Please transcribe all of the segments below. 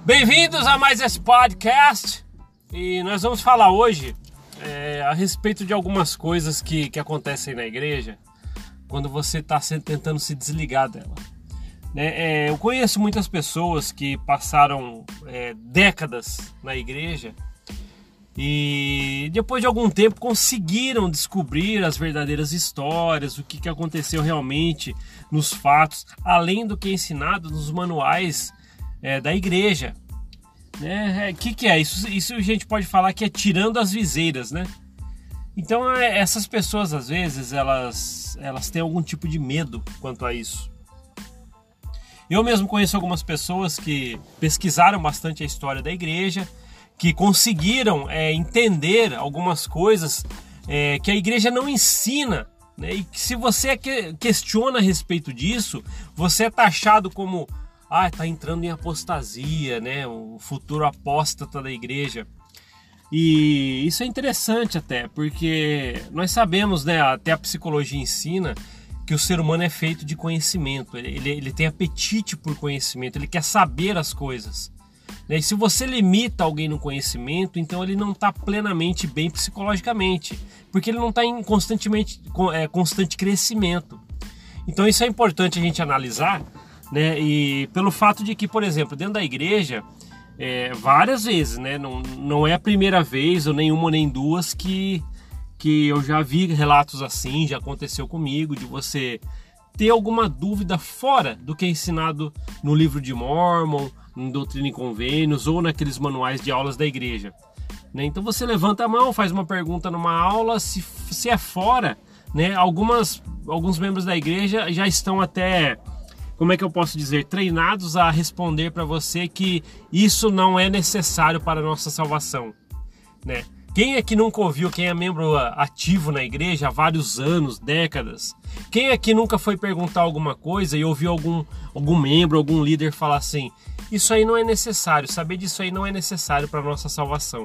Bem-vindos a mais esse podcast e nós vamos falar hoje a respeito de algumas coisas que acontecem na igreja quando você está tentando se desligar dela. Eu conheço muitas pessoas que passaram décadas na igreja e depois de algum tempo conseguiram descobrir as verdadeiras histórias, o que aconteceu realmente nos fatos, além do que é ensinado nos manuais da igreja. Que é isso? Isso a gente pode falar que é tirando as viseiras, né? Então essas pessoas às vezes elas têm algum tipo de medo quanto a isso. Eu mesmo conheço algumas pessoas que pesquisaram bastante a história da igreja, que conseguiram entender algumas coisas que a igreja não ensina, né? E que se você questiona a respeito disso, você é taxado como está entrando em apostasia, né? O futuro apóstata da igreja. E isso é interessante até, porque nós sabemos, né, até a psicologia ensina que o ser humano é feito de conhecimento, ele tem apetite por conhecimento, ele quer saber as coisas. E se você limita alguém no conhecimento, então ele não está plenamente bem psicologicamente, porque ele não está em constante crescimento. Então isso é importante a gente analisar, né? E pelo fato de que, por exemplo, dentro da igreja, várias vezes, né? Não é a primeira vez, ou nem uma nem duas, que eu já vi relatos assim, já aconteceu comigo, de você ter alguma dúvida fora do que é ensinado no livro de Mórmon, em Doutrina e Convênios ou naqueles manuais de aulas da igreja, né? Então você levanta a mão, faz uma pergunta numa aula, se é fora, né? Alguns membros da igreja já estão até, como é que eu posso dizer, treinados a responder para você que isso não é necessário para a nossa salvação, né? Quem é que nunca ouviu, quem é membro ativo na igreja há vários anos, décadas? Quem é que nunca foi perguntar alguma coisa e ouviu algum membro, algum líder falar assim: isso aí não é necessário, saber disso aí não é necessário para a nossa salvação?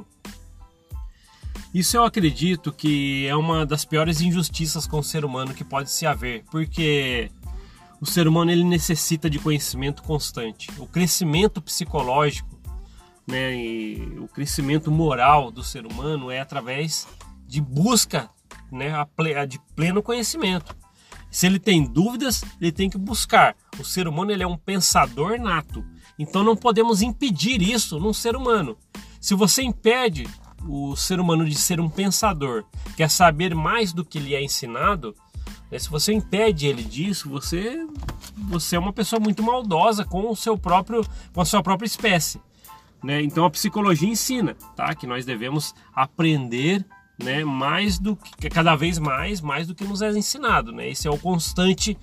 Isso eu acredito que é uma das piores injustiças com o ser humano que pode se haver, porque o ser humano ele necessita de conhecimento constante. O crescimento psicológico, né, e o crescimento moral do ser humano é através de busca, né, de pleno conhecimento. Se ele tem dúvidas, ele tem que buscar. O ser humano ele é um pensador nato, então não podemos impedir isso num ser humano. Se você impede o ser humano de ser um pensador, quer saber mais do que lhe é ensinado, se você impede ele disso, você é uma pessoa muito maldosa com a sua própria espécie, né? Então a psicologia ensina, tá? Que nós devemos aprender, né, cada vez mais do que nos é ensinado, né? Esse é o constante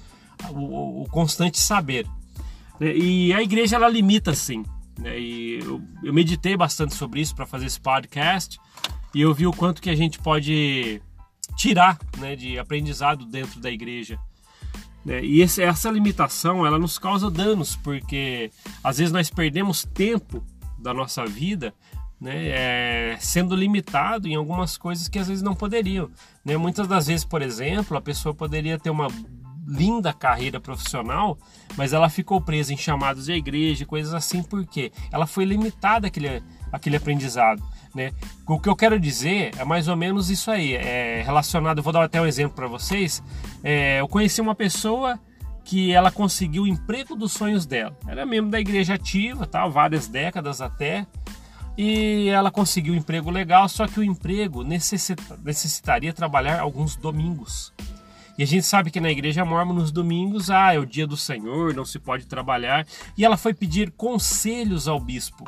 saber, né? E a igreja ela limita sim, né? E eu meditei bastante sobre isso para fazer esse podcast e eu vi o quanto que a gente pode tirar, né, de aprendizado dentro da igreja, né? E essa limitação ela nos causa danos, porque às vezes nós perdemos tempo da nossa vida, né, sendo limitado em algumas coisas que às vezes não poderiam, né? Muitas das vezes, por exemplo, a pessoa poderia ter uma linda carreira profissional, mas ela ficou presa em chamados de igreja, coisas assim, porque ela foi limitada aquele aprendizado, né? O que eu quero dizer é mais ou menos isso aí, relacionado, eu vou dar até um exemplo para vocês. Eu conheci uma pessoa que ela conseguiu o emprego dos sonhos dela, era membro da igreja ativa, tá? Várias décadas até, e ela conseguiu um emprego legal, só que o emprego necessitaria trabalhar alguns domingos. E a gente sabe que na igreja mórmon nos domingos é o dia do Senhor, não se pode trabalhar. E ela foi pedir conselhos ao bispo.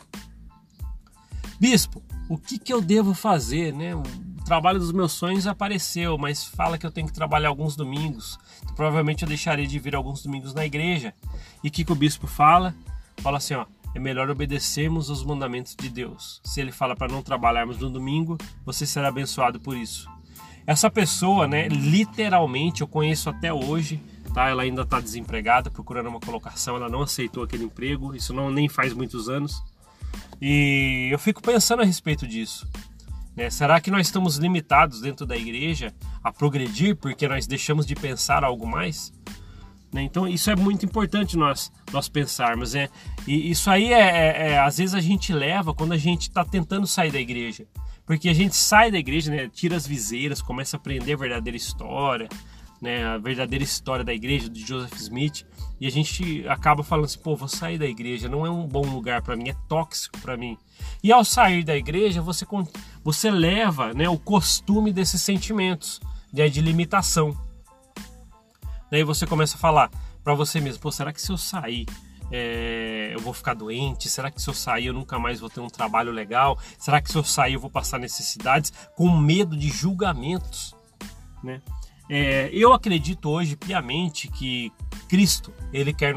Bispo, o que eu devo fazer, né? O trabalho dos meus sonhos apareceu, mas fala que eu tenho que trabalhar alguns domingos. Então, provavelmente eu deixarei de vir alguns domingos na igreja. E o que o bispo fala? Fala assim, é melhor obedecermos os mandamentos de Deus. Se ele fala para não trabalharmos no domingo, você será abençoado por isso. Essa pessoa, né, literalmente, eu conheço até hoje, tá? Ela ainda está desempregada, procurando uma colocação, ela não aceitou aquele emprego, isso nem faz muitos anos. E eu fico pensando a respeito disso, né? Será que nós estamos limitados dentro da igreja a progredir porque nós deixamos de pensar algo mais? né? Então isso é muito importante nós pensarmos, né? E isso aí às vezes a gente leva quando a gente está tentando sair da igreja, porque a gente sai da igreja, né? Tira as viseiras, começa a aprender a verdadeira história, né? A verdadeira história da igreja de Joseph Smith, e a gente acaba falando assim, pô, vou sair da igreja, não é um bom lugar para mim, é tóxico para mim. E ao sair da igreja você leva, né, o costume desses sentimentos, né, de limitação. Daí você começa a falar para você mesmo, pô, será que se eu sair eu vou ficar doente? Será que se eu sair eu nunca mais vou ter um trabalho legal? Será que se eu sair eu vou passar necessidades? Com medo de julgamentos, né? Eu acredito hoje piamente que Cristo, Ele quer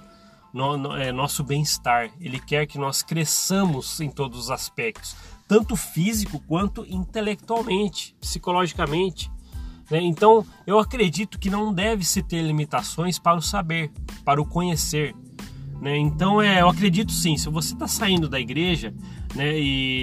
nosso bem-estar. Ele quer que nós cresçamos em todos os aspectos, tanto físico quanto intelectualmente, psicologicamente, né? Então eu acredito que não deve se ter limitações para o saber, para o conhecer, né? Então eu acredito sim, se você está saindo da igreja, né,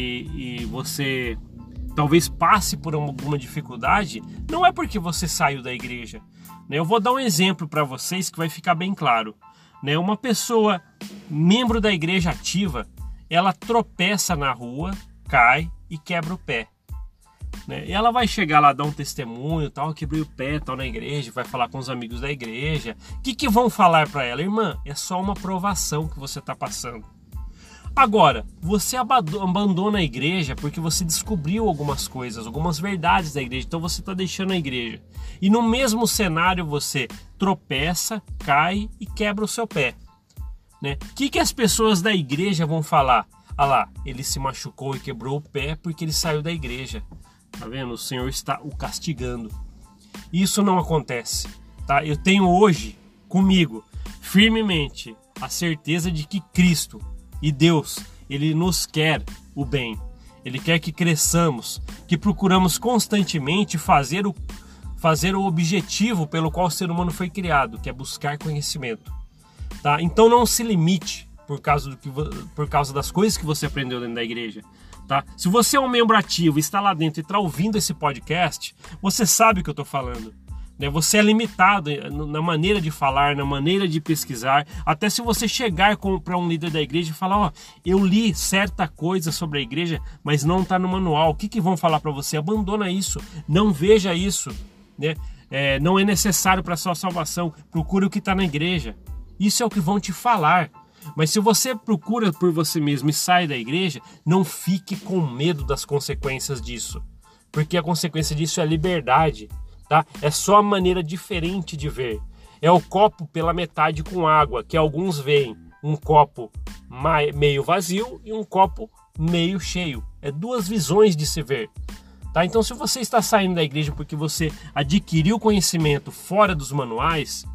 e você talvez passe por alguma dificuldade, não é porque você saiu da igreja, né? Eu vou dar um exemplo para vocês que vai ficar bem claro, né? Uma pessoa, membro da igreja ativa, ela tropeça na rua, cai e quebra o pé, né? E ela vai chegar lá, dar um testemunho, tal, quebrei o pé, tal, na igreja, vai falar com os amigos da igreja. O que vão falar para ela? Irmã, é só uma provação que você está passando. Agora, você abandona a igreja porque você descobriu algumas coisas, algumas verdades da igreja, então você está deixando a igreja. E no mesmo cenário você tropeça, cai e quebra o seu pé, né? O que as pessoas da igreja vão falar? Ah lá, ele se machucou e quebrou o pé porque ele saiu da igreja. Tá vendo? O Senhor está o castigando. Isso não acontece, tá? Eu tenho hoje comigo firmemente a certeza de que Cristo e Deus, Ele nos quer o bem. Ele quer que cresçamos, que procuramos constantemente fazer o objetivo pelo qual o ser humano foi criado, que é buscar conhecimento, tá? Então não se limite por causa das coisas que você aprendeu dentro da igreja, tá? Se você é um membro ativo, está lá dentro e está ouvindo esse podcast, você sabe o que eu estou falando, né? Você é limitado na maneira de falar, na maneira de pesquisar. Até se você chegar para um líder da igreja e falar, ó, eu li certa coisa sobre a igreja, mas não está no manual. O que vão falar para você? Abandona isso, não veja isso, né? Não é necessário para a sua salvação. Procure o que está na igreja. Isso é o que vão te falar. Mas se você procura por você mesmo e sai da igreja, não fique com medo das consequências disso, porque a consequência disso é a liberdade. Tá? É só a maneira diferente de ver. É o copo pela metade com água, que alguns veem um copo meio vazio e um copo meio cheio. É duas visões de se ver. Tá? Então, se você está saindo da igreja porque você adquiriu conhecimento fora dos manuais,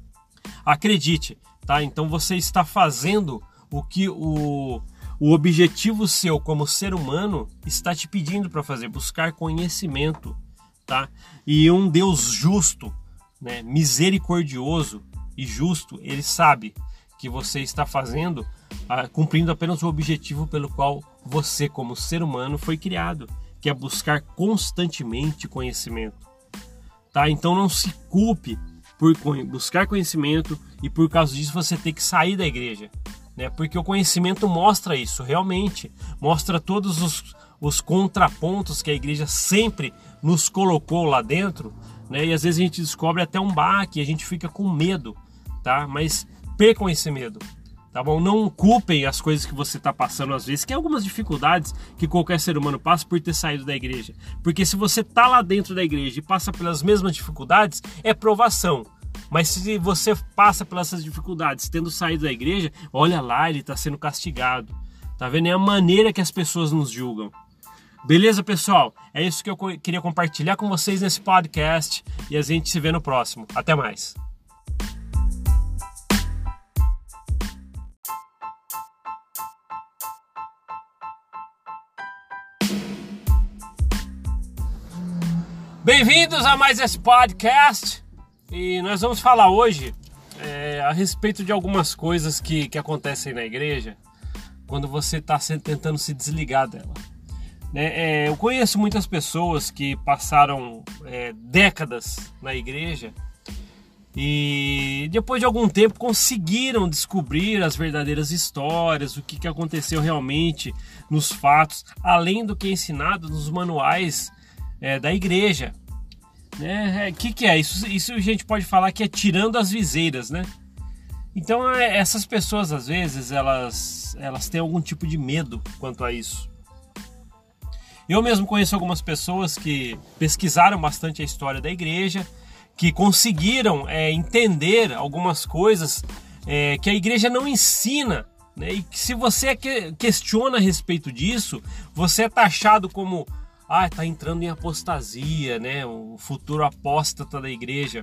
acredite, tá? Então você está fazendo o que o objetivo seu como ser humano está te pedindo para fazer, buscar conhecimento. Tá? E um Deus justo, né, misericordioso e justo, Ele sabe que você está fazendo, cumprindo apenas o objetivo pelo qual você, como ser humano, foi criado, que é buscar constantemente conhecimento. Tá? Então não se culpe por buscar conhecimento e por causa disso você ter que sair da igreja, né? Porque o conhecimento mostra isso, realmente, mostra todos os contrapontos que a igreja sempre nos colocou lá dentro, né? E às vezes a gente descobre até um baque, a gente fica com medo, tá? Mas percam esse medo, tá bom? Não culpem as coisas que você está passando às vezes, que é algumas dificuldades que qualquer ser humano passa por ter saído da igreja. Porque se você está lá dentro da igreja e passa pelas mesmas dificuldades, é provação. Mas se você passa pelas dificuldades tendo saído da igreja, olha lá, ele está sendo castigado. Tá vendo? É a maneira que as pessoas nos julgam. Beleza, pessoal? É isso que eu queria compartilhar com vocês nesse podcast e a gente se vê no próximo. Até mais. Bem-vindos a mais esse podcast e nós vamos falar hoje a respeito de algumas coisas que acontecem na igreja quando você está tentando se desligar dela. Eu conheço muitas pessoas que passaram décadas na igreja E depois de algum tempo conseguiram descobrir as verdadeiras histórias, o que aconteceu realmente nos fatos, além do que é ensinado nos manuais da igreja. Que é isso? Isso a gente pode falar que é tirando as viseiras, né? Então essas pessoas às vezes elas têm algum tipo de medo quanto a isso. Eu mesmo conheço algumas pessoas que pesquisaram bastante a história da igreja, que conseguiram entender algumas coisas que a igreja não ensina, né? E que se você questiona a respeito disso, você é taxado como está entrando em apostasia, né? O futuro apóstata da igreja.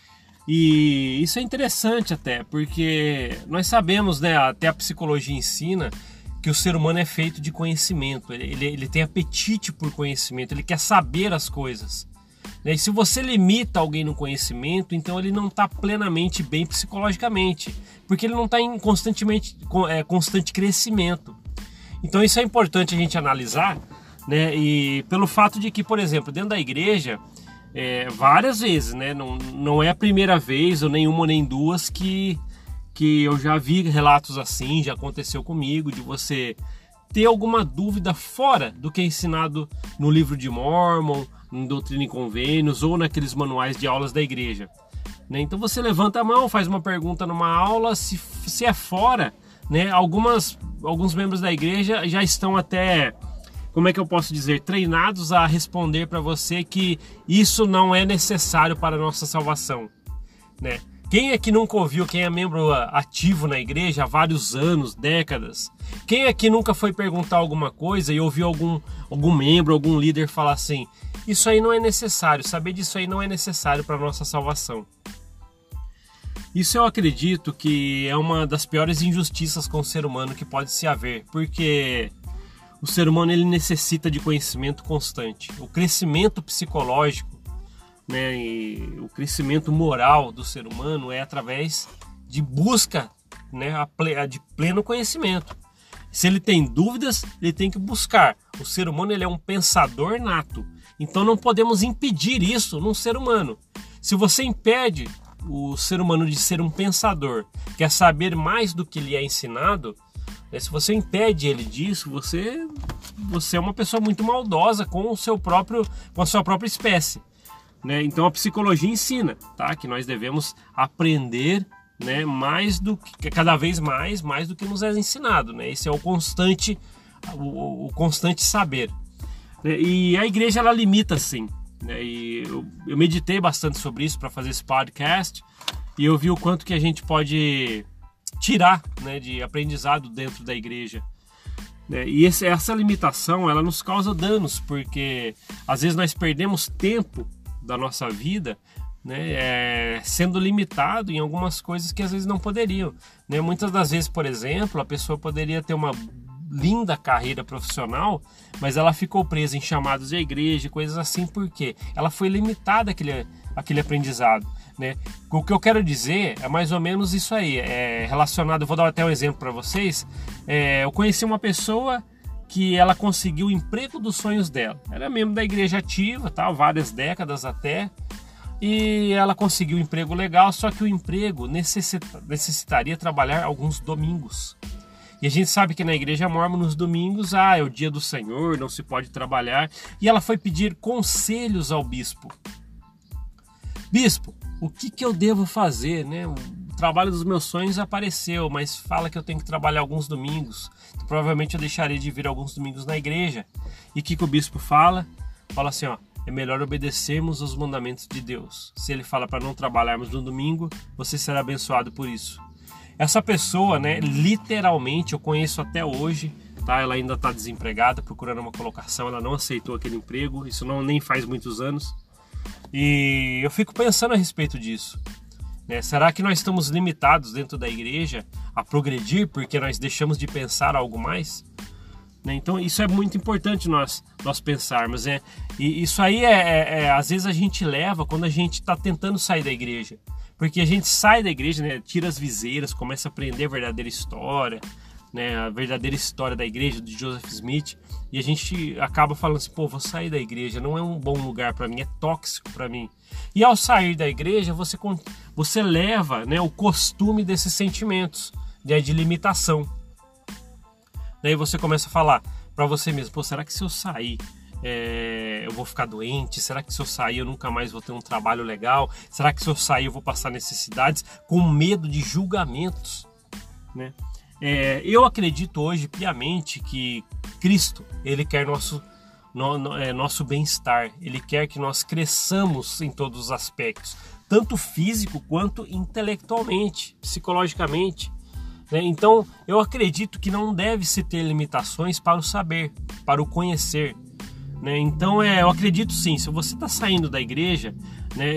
E isso é interessante até, porque nós sabemos, né, até a psicologia ensina que o ser humano é feito de conhecimento, ele tem apetite por conhecimento, ele quer saber as coisas. E se você limita alguém no conhecimento, então ele não está plenamente bem psicologicamente, porque ele não está em constante crescimento. Então isso é importante a gente analisar, né? E pelo fato de que, por exemplo, dentro da igreja, várias vezes, né? Não é a primeira vez, ou nenhuma nem duas, que eu já vi relatos assim, já aconteceu comigo, de você ter alguma dúvida fora do que é ensinado no livro de Mórmon, em Doutrina e Convênios, ou naqueles manuais de aulas da igreja, né? Então você levanta a mão, faz uma pergunta numa aula, se é fora, né? Alguns membros da igreja já estão até, como é que eu posso dizer, treinados a responder para você que isso não é necessário para a nossa salvação, né? Quem é que nunca ouviu, quem é membro ativo na igreja há vários anos, décadas? Quem é que nunca foi perguntar alguma coisa e ouviu algum membro, algum líder falar assim: isso aí não é necessário, saber disso aí não é necessário para a nossa salvação? Isso eu acredito que é uma das piores injustiças com o ser humano que pode se haver, porque o ser humano ele necessita de conhecimento constante. O crescimento psicológico, né, e o crescimento moral do ser humano é através de busca, né, de pleno conhecimento. Se ele tem dúvidas, ele tem que buscar. O ser humano ele é um pensador nato, então não podemos impedir isso num ser humano. Se você impede o ser humano de ser um pensador, quer saber mais do que lhe é ensinado, né, se você impede ele disso, você é uma pessoa muito maldosa com a sua própria espécie. Né? Então a psicologia ensina, tá? Que nós devemos aprender, né, cada vez mais do que nos é ensinado, né? Esse é o constante saber, né? E a igreja ela limita sim, né? E eu meditei bastante sobre isso para fazer esse podcast e eu vi o quanto que a gente pode tirar, né, de aprendizado dentro da igreja. E essa limitação ela nos causa danos, porque às vezes nós perdemos tempo da nossa vida, né, sendo limitado em algumas coisas que às vezes não poderiam, né? Muitas das vezes, por exemplo, a pessoa poderia ter uma linda carreira profissional, mas ela ficou presa em chamados de igreja, coisas assim, porque ela foi limitada àquele aprendizado, né? O que eu quero dizer é mais ou menos isso aí, relacionado, eu vou dar até um exemplo para vocês. Eu conheci uma pessoa que ela conseguiu o emprego dos sonhos dela. Era membro da igreja ativa, tá? Várias décadas até, e ela conseguiu um emprego legal, só que o emprego necessitaria trabalhar alguns domingos. E a gente sabe que na igreja mórmon nos domingos é o dia do Senhor, não se pode trabalhar. E ela foi pedir conselhos ao bispo. Bispo, o que eu devo fazer, né? O trabalho dos meus sonhos apareceu, mas fala que eu tenho que trabalhar alguns domingos. Então, provavelmente eu deixarei de vir alguns domingos na igreja. E o que o bispo fala? Fala assim, é melhor obedecermos os mandamentos de Deus. Se ele fala para não trabalharmos no domingo, você será abençoado por isso. Essa pessoa, né, literalmente, eu conheço até hoje, tá? Ela ainda está desempregada, procurando uma colocação, ela não aceitou aquele emprego, isso nem faz muitos anos. E eu fico pensando a respeito disso, né? Será que nós estamos limitados dentro da igreja a progredir porque nós deixamos de pensar algo mais? Né? Então isso é muito importante nós pensarmos, né? E isso aí às vezes a gente leva quando a gente está tentando sair da igreja. Porque a gente sai da igreja, né, tira as viseiras, começa a aprender a verdadeira história, né, a verdadeira história da igreja, de Joseph Smith, e a gente acaba falando assim, pô, vou sair da igreja, não é um bom lugar para mim, é tóxico para mim. E ao sair da igreja, você leva, né, o costume desses sentimentos, né, de limitação. Daí você começa a falar para você mesmo, pô, será que se eu sair eu vou ficar doente? Será que se eu sair eu nunca mais vou ter um trabalho legal? Será que se eu sair eu vou passar necessidades? Com medo de julgamentos, né? Eu acredito hoje piamente que Cristo, Ele quer nosso bem-estar. Ele quer que nós cresçamos em todos os aspectos, tanto físico quanto intelectualmente, psicologicamente, né? Então eu acredito que não deve se ter limitações para o saber, para o conhecer, né? Então eu acredito sim, se você está saindo da igreja, né,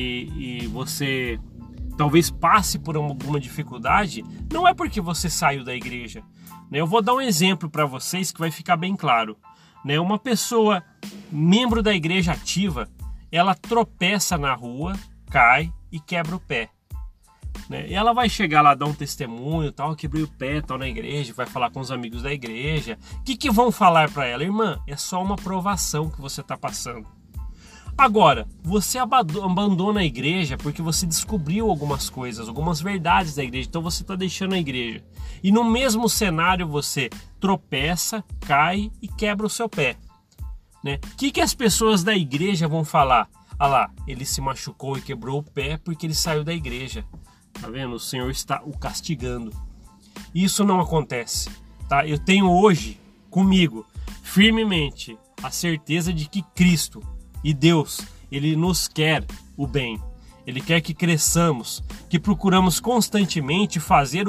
e você talvez passe por alguma dificuldade, não é porque você saiu da igreja, né? Eu vou dar um exemplo para vocês que vai ficar bem claro, né? Uma pessoa, membro da igreja ativa, ela tropeça na rua, cai e quebra o pé, né? E ela vai chegar lá, dar um testemunho, tal, quebrei o pé, tal, na igreja, vai falar com os amigos da igreja. O que vão falar para ela? Irmã, é só uma provação que você está passando. Agora, você abandona a igreja porque você descobriu algumas coisas, algumas verdades da igreja, então você está deixando a igreja. E no mesmo cenário você tropeça, cai e quebra o seu pé, né? O que as pessoas da igreja vão falar? Ah lá, ele se machucou e quebrou o pé porque ele saiu da igreja. Tá vendo? O Senhor está o castigando. Isso não acontece, tá? Eu tenho hoje comigo firmemente a certeza de que Cristo e Deus, Ele nos quer o bem. Ele quer que cresçamos, que procuramos constantemente fazer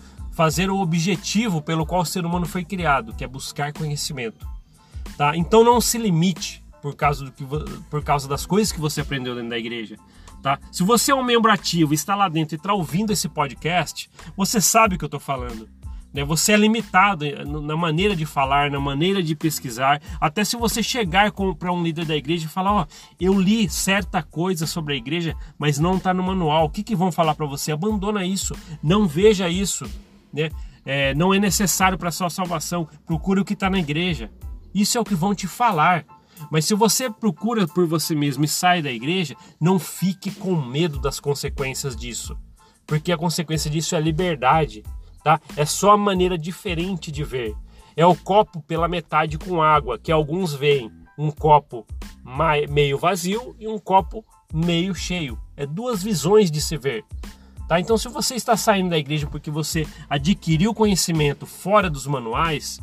o objetivo pelo qual o ser humano foi criado, que é buscar conhecimento, tá? Então não se limite por causa das coisas que você aprendeu dentro da igreja, tá? Se você é um membro ativo, está lá dentro e está ouvindo esse podcast, você sabe o que eu estou falando, né? Você é limitado na maneira de falar, na maneira de pesquisar. Até se você chegar para um líder da igreja e falar, ó, eu li certa coisa sobre a igreja, mas não está no manual. O que vão falar para você? Abandona isso, não veja isso, né? Não é necessário para a sua salvação. Procure o que está na igreja. Isso é o que vão te falar. Mas se você procura por você mesmo e sai da igreja, não fique com medo das consequências disso, porque a consequência disso é liberdade, tá? É só a maneira diferente de ver. É o copo pela metade com água, que alguns veem um copo meio vazio e um copo meio cheio. É duas visões de se ver, tá? Então se você está saindo da igreja porque você adquiriu conhecimento fora dos manuais,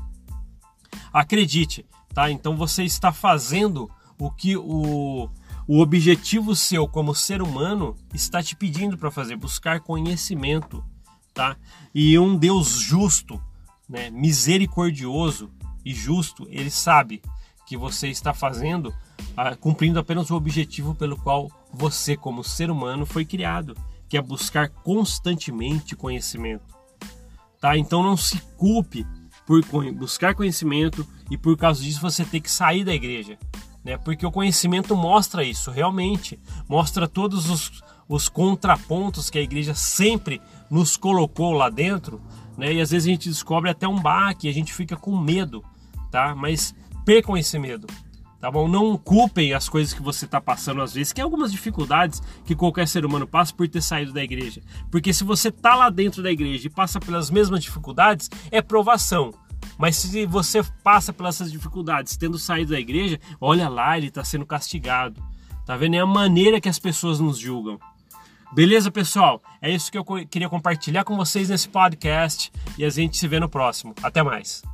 acredite, tá? Então você está fazendo o que o objetivo seu como ser humano está te pedindo para fazer, buscar conhecimento, tá? E um Deus justo, né, misericordioso e justo, Ele sabe que você está fazendo, cumprindo apenas o objetivo pelo qual você como ser humano foi criado, que é buscar constantemente conhecimento, tá? Então não se culpe por buscar conhecimento e por causa disso você ter que sair da igreja, né? Porque o conhecimento mostra isso, realmente mostra todos os contrapontos que a igreja sempre nos colocou lá dentro, né? E às vezes a gente descobre até um baque e a gente fica com medo, tá? Mas percam esse medo, tá bom? Não culpem as coisas que você está passando às vezes, que é algumas dificuldades que qualquer ser humano passa por ter saído da igreja. Porque se você está lá dentro da igreja e passa pelas mesmas dificuldades, é provação. Mas se você passa pelas dificuldades tendo saído da igreja, olha lá, ele está sendo castigado. Tá vendo? É a maneira que as pessoas nos julgam. Beleza, pessoal? É isso que eu queria compartilhar com vocês nesse podcast e a gente se vê no próximo. Até mais!